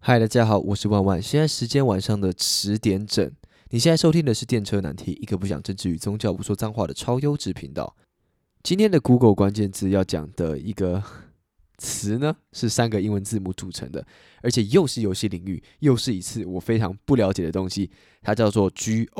嗨，大家好，我是万万。现在时间晚上的10点整。你现在收听的是电车难题，一个不讲政治与宗教、不说脏话的超优质频道。今天的 Google 关键字要讲的一个词呢，是3个英文字母组成的，而且又是游戏领域，又是一次我非常不了解的东西，它叫做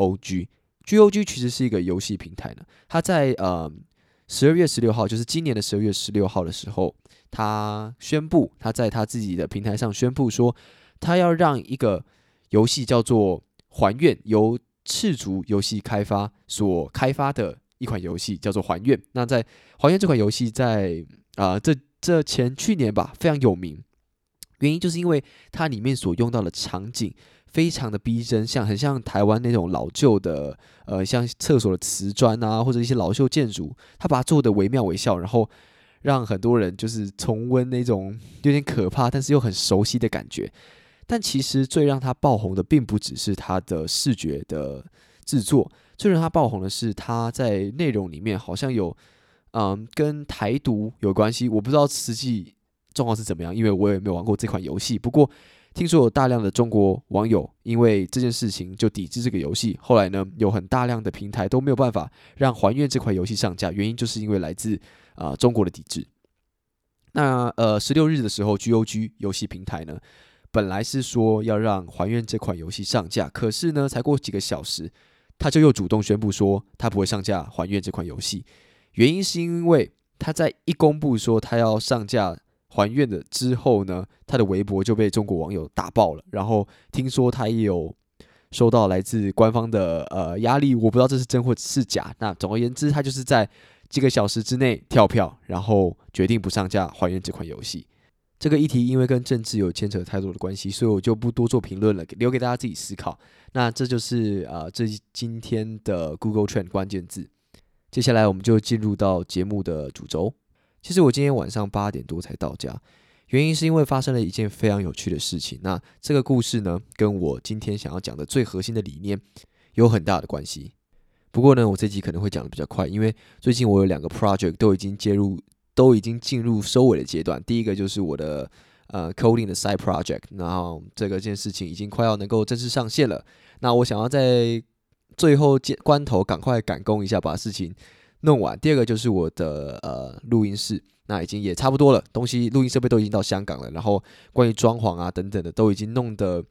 GOG。GOG 其实是一个游戏平台呢，它在12月16号，就是今年的12月16号的时候，他在他自己的平台上宣布说，他要让一个游戏叫做《还愿》，由赤足游戏开发所开发的一款游戏叫做《还愿》。那在《还愿》这款游戏在去年吧非常有名，原因就是因为它里面所用到的场景非常的逼真，很像台湾那种老旧的像厕所的瓷砖啊，或者一些老旧建筑，它把它做的惟妙惟肖，然后让很多人就是重温那种有点可怕但是又很熟悉的感觉。但其实最让它爆红的并不只是它的视觉的制作，最让它爆红的是它在内容里面好像有跟台独有关系，我不知道实际状况是怎么样，因为我也没有玩过这款游戏。不过听说有大量的中国网友因为这件事情就抵制这个游戏，后来呢有很大量的平台都没有办法让《还愿》这款游戏上架，原因就是因为来自中国的抵制。那16日的时候 ，GOG 游戏平台呢，本来是说要让《还愿》这款游戏上架，可是呢，才过几个小时，他就又主动宣布说他不会上架《还愿》这款游戏。原因是因为他在一公布说他要上架还愿的之后呢，他的微博就被中国网友打爆了。然后听说他也有收到来自官方的压力，我不知道这是真或是假。那总而言之，他就是在几个小时之内跳票，然后决定不上架还愿这款游戏。这个议题因为跟政治有牵扯太多的关系，所以我就不多做评论了，留给大家自己思考。那这就是今天的 Google Trend 关键字。接下来我们就进入到节目的主轴。其实我今天晚上8点多才到家，原因是因为发生了一件非常有趣的事情。那这个故事呢，跟我今天想要讲的最核心的理念有很大的关系。不过呢，我这集可能会讲的比较快，因为最近我有2个 project 都已经进入收尾的阶段。第一个就是我的coding 的 side project， 然后这件事情已经快要能够正式上线了。那我想要在最后关头赶快赶工一下，把事情弄完。第二个就是我的录音室，那已经也差不多了，录音设备都已经到香港了，然后关于装潢啊等等的都已经弄得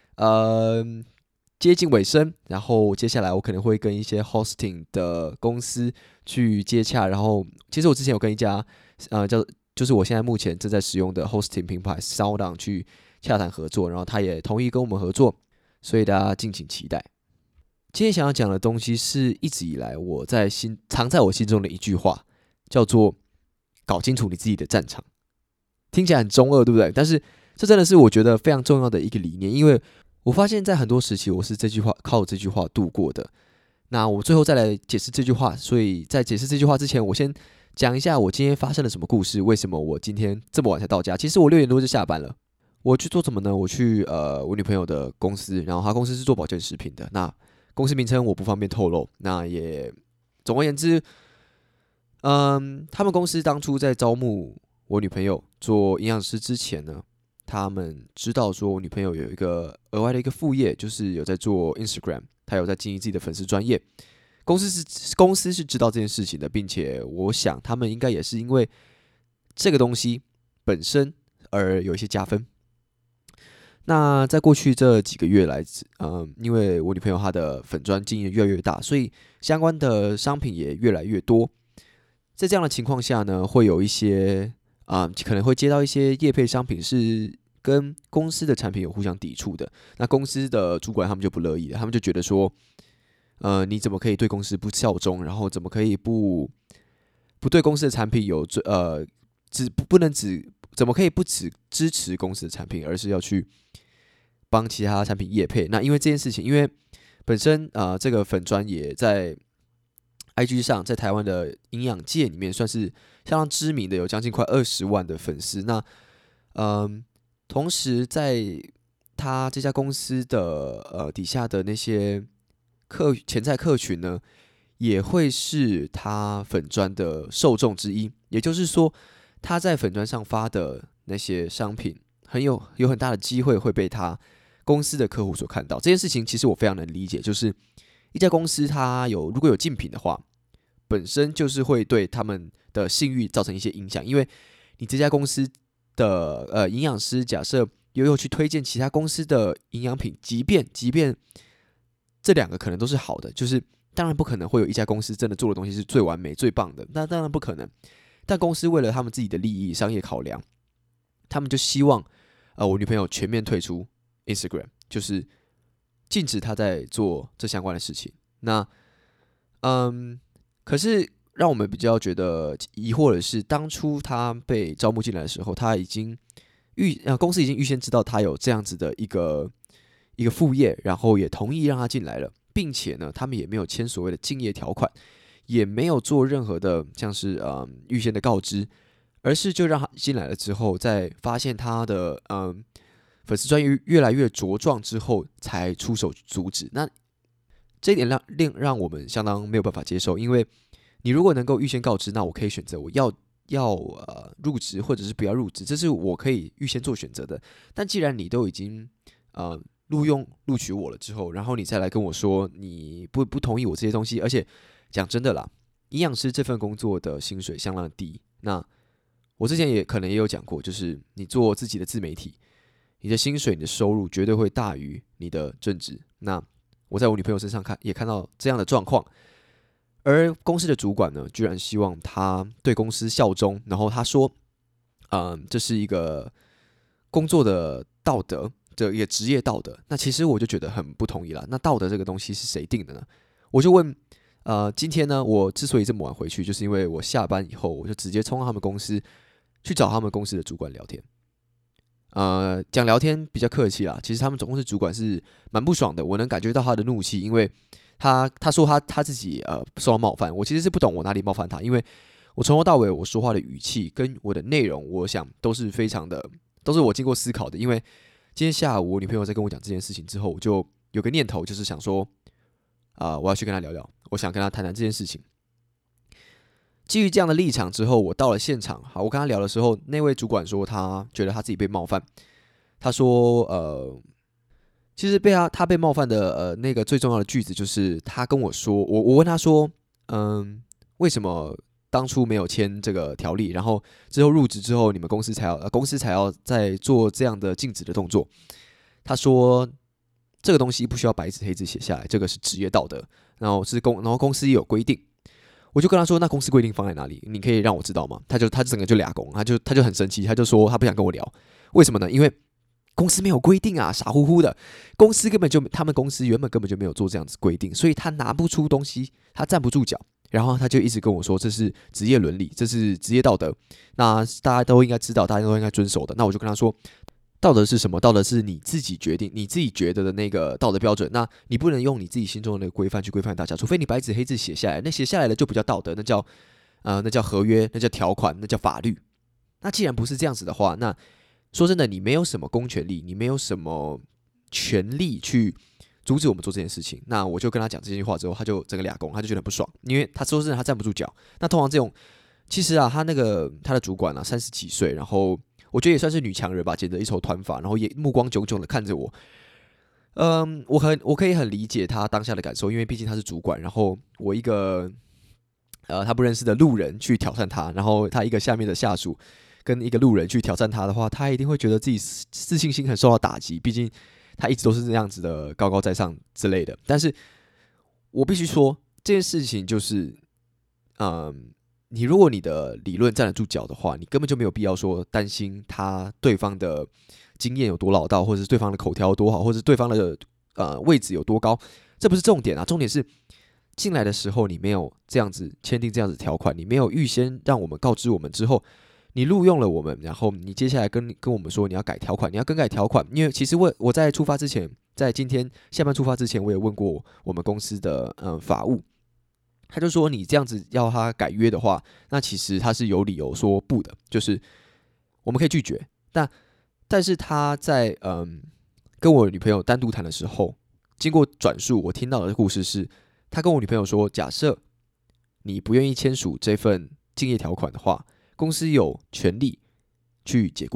接近尾声。然后接下来我可能会跟一些 hosting 的公司去接洽，然后其实我之前有跟一家就是我现在目前正在使用的 hosting 平台 SoundOn 去洽谈合作，然后他也同意跟我们合作，所以大家敬请期待。今天想要讲的东西是一直以来藏在我心中的一句话，叫做搞清楚你自己的战场。听起来很中二，对不对？但是这真的是我觉得非常重要的一个理念，因为我发现在很多时期我是靠这句话度过的。那我最后再来解释这句话，所以在解释这句话之前，我先讲一下我今天发生了什么故事，为什么我今天这么晚才到家。其实我6点多就下班了。我去做什么呢？我去我女朋友的公司，然后她公司是做保健食品的。那公司名称我不方便透露。那也总而言之，他们公司当初在招募我女朋友做营养师之前呢，他们知道说我女朋友有一个额外的一个副业，就是有在做 Instagram， 她有在经营自己的粉丝专业。公司是知道这件事情的，并且我想他们应该也是因为这个东西本身而有一些加分。那在过去这几个月来，因为我女朋友她的粉专经营越来越大，所以相关的商品也越来越多。在这样的情况下呢，会有一些可能会接到一些业配商品是跟公司的产品有互相抵触的。那公司的主管他们就不乐意了，他们就觉得说，你怎么可以对公司不效忠，然后怎么可以不对公司的产品有怎么可以不只支持公司的产品，而是要去帮其他产品业配？那因为这件事情，因为本身这个粉专也在 IG 上，在台湾的营养界里面算是相当知名的，有将近快20万的粉丝。那同时在他这家公司的底下的那些潜在客群呢，也会是他粉专的受众之一。也就是说，他在粉专上发的那些商品， 有很大的机会会被他公司的客户所看到。这件事情其实我非常能理解，就是一家公司它如果有竞品的话，本身就是会对他们的信誉造成一些影响，因为你这家公司的营养师假设有去推荐其他公司的营养品，即便这两个可能都是好的，就是当然不可能会有一家公司真的做的东西是最完美最棒的，那当然不可能。但公司为了他们自己的利益、商业考量，他们就希望我女朋友全面退出 Instagram， 就是禁止她在做这相关的事情。那可是让我们比较觉得疑惑的是，当初她被招募进来的时候，她已经公司已经预先知道她有这样子的一个副业，然后也同意让她进来了，并且呢，他们也没有签所谓的竞业条款，也没有做任何的像是预先的告知，而是就让她进来了之后，在发现她的粉丝专页越来越茁壮之后，才出手阻止。那这一点让我们相当没有办法接受，因为你如果能够预先告知，那我可以选择我要入职或者是不要入职，这是我可以预先做选择的。但既然你都已经录取我了之后，然后你再来跟我说你不同意我这些东西，而且讲真的啦，营养师这份工作的薪水相当低。那我之前可能也有讲过，就是你做自己的自媒体，你的薪水、你的收入绝对会大于你的正职。那我在我女朋友身上也看到这样的状况，而公司的主管呢，居然希望他对公司效忠，然后他说，这是一个工作的道德，这一个职业道德。那其实我就觉得很不同意了。那道德这个东西是谁定的呢？我就问，今天呢，我之所以这么晚回去，就是因为我下班以后，我就直接冲到他们公司去找他们公司的主管聊天。讲聊天比较客气啦，其实他们总公司主管是蛮不爽的，我能感觉到他的怒气，因为他说他自己受到冒犯，我其实是不懂我哪里冒犯他，因为我从头到尾我说话的语气跟我的内容，我想都是非常的，都是我经过思考的。因为今天下午我女朋友在跟我讲这件事情之后，我就有个念头，就是想说我要去跟他聊聊，我想跟他谈谈这件事情。基于这样的立场之后，我到了现场。好，我跟他聊的时候，那位主管说他觉得他自己被冒犯。他说，其实他被冒犯的那个最重要的句子就是他跟我说，我问他说，为什么当初没有签这个条例，然后之后入职之后，你们公司才要再做这样的禁止的动作？他说，这个东西不需要白纸黑字写下来，这个是职业道德，然后公司也有规定。我就跟他说，那公司规定放在哪里？你可以让我知道吗？他整个就俩公，他就很生气，他就说他不想跟我聊。为什么呢？因为公司没有规定啊，傻乎乎的。他们公司原本根本就没有做这样子规定，所以他拿不出东西，他站不住脚。然后他就一直跟我说，这是职业伦理，这是职业道德，那大家都应该知道，大家都应该遵守的。那我就跟他说，道德是什么？道德是你自己决定、你自己觉得的那个道德标准。那你不能用你自己心中的那个规范去规范大家，除非你白纸黑字写下来。那写下来的就不叫道德，那叫合约，那叫条款，那叫法律。那既然不是这样子的话，那说真的，你没有什么公权力，你没有什么权利去阻止我们做这件事情。那我就跟他讲这句话之后，他就整个俩公，他就觉得很不爽，因为他说真的，他站不住脚。那通常这种，其实啊，他的主管啊，30几岁，然后我觉得也算是女强人吧，剪着一头短发，然后也目光炯炯的看着我。我可以很理解他当下的感受，因为毕竟他是主管，然后我一个他不认识的路人去挑战他，然后他一个下面的下属跟一个路人去挑战他的话，他一定会觉得自己自信心很受到打击，毕竟他一直都是这样子的高高在上之类的。但是我必须说这件事情就是，你如果你的理论站得住脚的话，你根本就没有必要说担心对方的经验有多老道，或者是对方的口条有多好，或者是对方的位置有多高，这不是重点啊，重点是进来的时候你没有这样子签订这样子条款，你没有预先让我们告知我们之后，你录用了我们，然后你接下来跟我们说你要改条款，你要更改条款，因为其实我在出发之前，在今天下班出发之前，我也问过我们公司的法务。他就说你这样子要他改约的话，那其实他是有理由说不的，就是我们可以拒绝。但是他在跟我女朋友单独谈的时候，经过转述，我听到的故事是，他跟我女朋友说，假设你不愿意签署这份竞业条款的话，公司有权利去解雇你。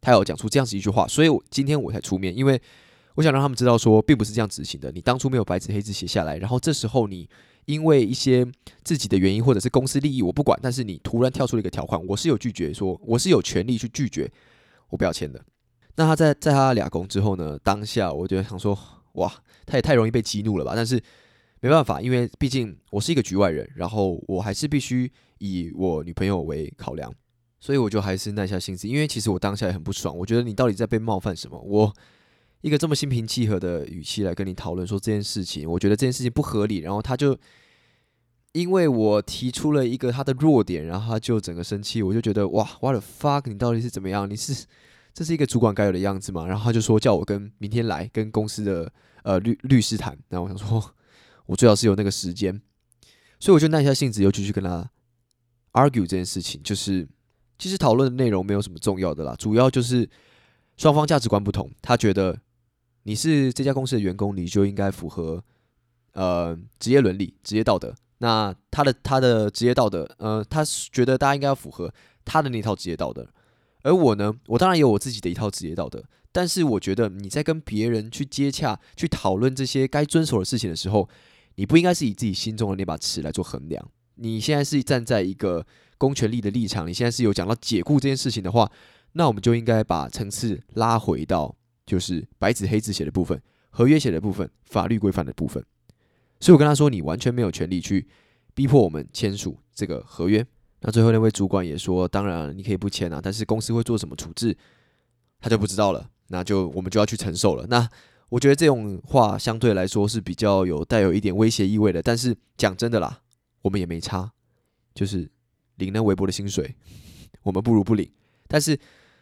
他有讲出这样子一句话，所以今天我才出面，因为我想让他们知道说，并不是这样执行的。你当初没有白纸黑字写下来，然后这时候你因为一些自己的原因或者是公司利益，我不管，但是你突然跳出了一个条款，我是有拒绝说，我是有权利去拒绝我不要签的。那他在他俩公之后呢，当下我就想说，哇，他也太容易被激怒了吧？但是没办法，因为毕竟我是一个局外人，然后我还是必须以我女朋友为考量，所以我就还是耐下性子，因为其实我当下也很不爽，我觉得你到底在被冒犯什么？我一个这么心平气和的语气来跟你讨论说这件事情，我觉得这件事情不合理，然后他就因为我提出了一个他的弱点，然后他就整个生气，我就觉得哇 ，what the fuck， 你到底是怎么样？这是一个主管该有的样子嘛？然后他就说叫我明天来跟公司的律师谈，然后我想说，我最好是有那个时间，所以我就耐下性子又继续跟他 argue 这件事情，就是其实讨论的内容没有什么重要的啦，主要就是双方价值观不同，他觉得你是这家公司的员工，你就应该符合职业伦理、职业道德。那他的职业道德，他觉得大家应该要符合他的那套职业道德。而我呢，我当然有我自己的一套职业道德，但是我觉得你在跟别人去接洽、去讨论这些该遵守的事情的时候，你不应该是以自己心中的那把尺来做衡量。你现在是站在一个公权力的立场，你现在是有讲到解雇这件事情的话，那我们就应该把层次拉回到就是白纸黑字写的部分、合约写的部分、法律规范的部分。所以我跟他说，你完全没有权利去逼迫我们签署这个合约。那最后那位主管也说，当然你可以不签啊，但是公司会做什么处置，他就不知道了。那我们就要去承受了。那我觉得这种话相对来说是比较带有一点威胁意味的。但是讲真的啦，我们也没差，就是领那微薄的薪水，我们不如不领。但是，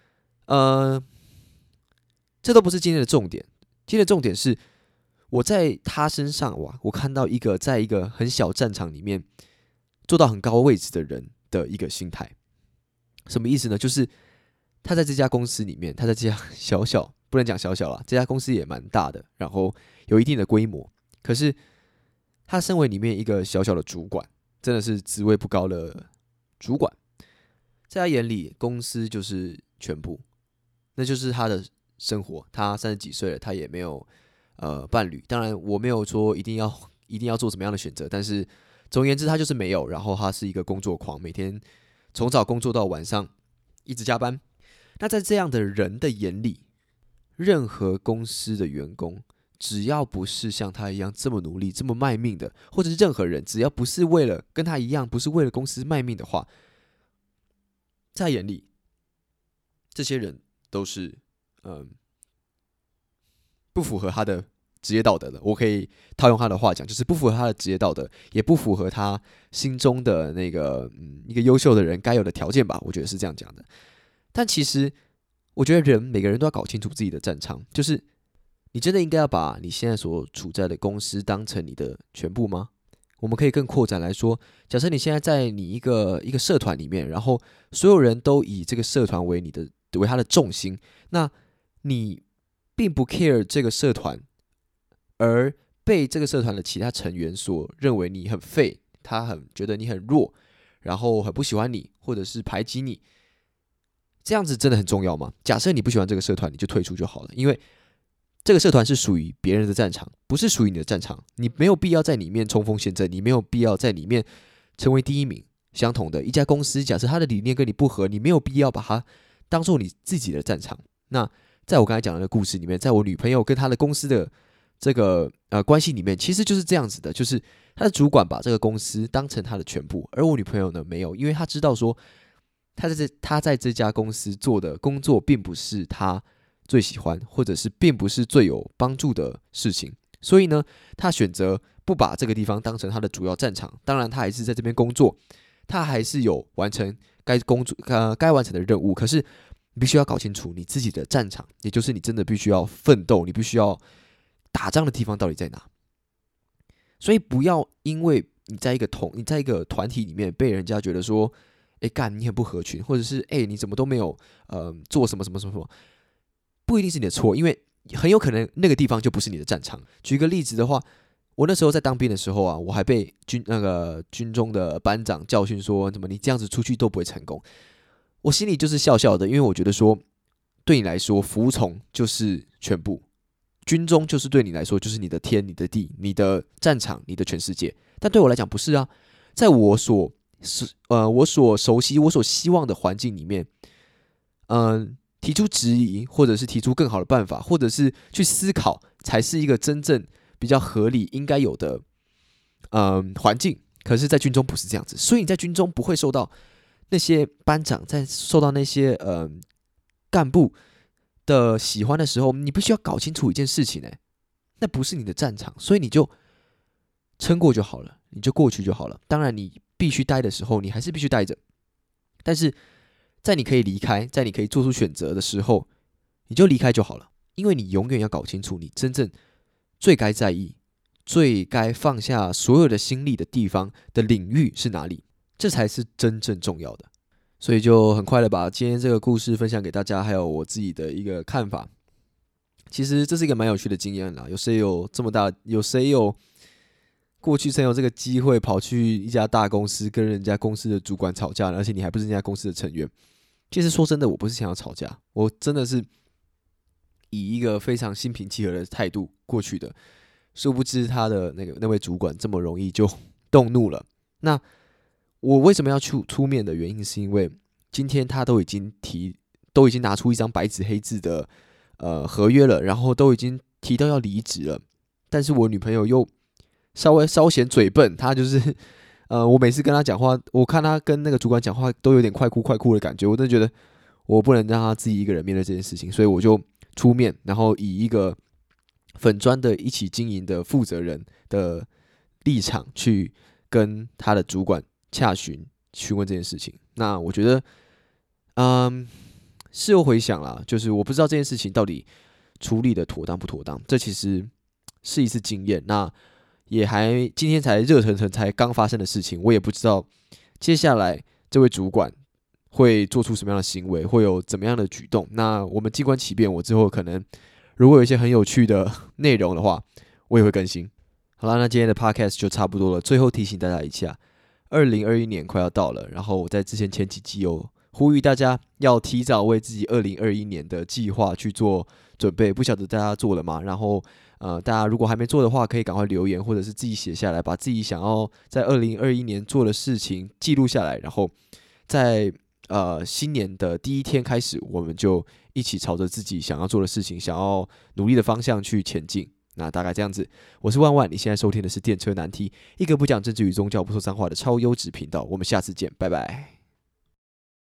这都不是今天的重点。今天的重点是，我在他身上哇，我看到在一个很小战场里面做到很高位置的人的一个心态。什么意思呢？就是他在这家公司里面，他在这家不能讲小小啦，这家公司也蛮大的，然后有一定的规模。可是他身为里面一个小小的主管，真的是职位不高的主管，在他眼里，公司就是全部，那就是他的生活。他30几岁了，他也没有伴侣。当然，我没有说一定要做什么样的选择，但是总而言之，他就是没有。然后他是一个工作狂，每天从早工作到晚上，一直加班。那在这样的人的眼里，任何公司的员工，只要不是像他一样这么努力、这么卖命的，或者是任何人，只要不是为了跟他一样，不是为了公司卖命的话，在他眼里，这些人都是不符合他的职业道德的。我可以套用他的话讲，就是不符合他的职业道德，也不符合他心中的那个一个优秀的人该有的条件吧。我觉得是这样讲的。但其实我觉得每个人都要搞清楚自己的战场，就是你真的应该要把你现在所处在的公司当成你的全部吗？我们可以更扩展来说，假设你现在在你一个社团里面，然后所有人都以这个社团为他的重心，那你并不 care 这个社团，而被这个社团的其他成员所认为你很废，他觉得你很弱，然后很不喜欢你，或者是排挤你，这样子真的很重要吗？假设你不喜欢这个社团，你就退出就好了，因为这个社团是属于别人的战场，不是属于你的战场，你没有必要在里面冲锋陷阵，你没有必要在里面成为第一名。相同的一家公司，假设他的理念跟你不合，你没有必要把它当做你自己的战场。那在我刚才讲的故事里面，在我女朋友跟她的公司的这个关系里面，其实就是这样子的，就是他的主管把这个公司当成他的全部，而我女朋友呢没有，因为她知道说他在这家公司做的工作并不是他最喜欢，或者是并不是最有帮助的事情，所以呢，他选择不把这个地方当成他的主要战场。当然，他还是在这边工作，他还是有完成该完成的任务。可是，你必须要搞清楚你自己的战场，也就是你真的必须要奋斗，你必须要打仗的地方到底在哪。所以，不要因为你在一个团体里面被人家觉得说，干你很不合群，或者是你怎么都没有做什么什么什么什么，不一定是你的错，因为很有可能那个地方就不是你的战场。举个例子的话，我那时候在当兵的时候啊，我还被军中的班长教训说，怎么你这样子出去都不会成功。我心里就是笑笑的，因为我觉得说， 对你来说，服从就是全部，军中就是对你来说就是你的天、你的地、你的战场、你的全世界。但对我来讲不是啊，在我所熟悉、我所希望的环境里面，提出质疑，或者是提出更好的办法，或者是去思考，才是一个真正比较合理、应该有的环境。可是，在军中不是这样子，所以你在军中不会受到那些班长受到那些干部的喜欢的时候，你必须要搞清楚一件事情，那不是你的战场，所以你就撑过就好了，你就过去就好了。当然，你必须待的时候，你还是必须待着，但是在你可以离开，在你可以做出选择的时候，你就离开就好了，因为你永远要搞清楚你真正最该在意、最该放下所有的心力的地方的领域是哪里，这才是真正重要的。所以就很快的把今天这个故事分享给大家，还有我自己的一个看法。其实这是一个蛮有趣的经验啦，有谁有这么大，有谁有过去曾有这个机会跑去一家大公司跟人家公司的主管吵架，而且你还不是人家公司的成员。其实说真的，我不是想要吵架，我真的是以一个非常心平气和的态度过去的。殊不知他的那位主管这么容易就动怒了。那我为什么要出面的原因，是因为今天他都已经拿出一张白纸黑字的合约了，然后都已经提到要离职了，但是我女朋友又稍显嘴笨，她就是我每次跟她讲话，我看她跟那个主管讲话都有点快哭的感觉，我真的觉得我不能让她自己一个人面对这件事情，所以我就出面，然后以一个粉专的一起经营的负责人的立场去跟他的主管询问这件事情。那我觉得，事后回想啦，就是我不知道这件事情到底处理的妥当不妥当，这其实是一次经验。那也今天才热腾腾才刚发生的事情，我也不知道接下来这位主管会做出什么样的行为，会有怎么样的举动。那我们静观其变，我之后可能如果有一些很有趣的内容的话，我也会更新。好啦，那今天的 podcast 就差不多了。最后提醒大家一下，2021年快要到了，然后我在前几集有呼吁大家要提早为自己2021年的计划去做准备，不晓得大家做了吗？然后大家如果还没做的话，可以赶快留言，或者是自己写下来，把自己想要在2021年做的事情记录下来，然后在新年的第一天开始，我们就一起朝着自己想要做的事情、想要努力的方向去前进。那大概这样子，我是万万，你现在收听的是电车难题，一个不讲政治与宗教、不说脏话的超优质频道。我们下次见，拜拜。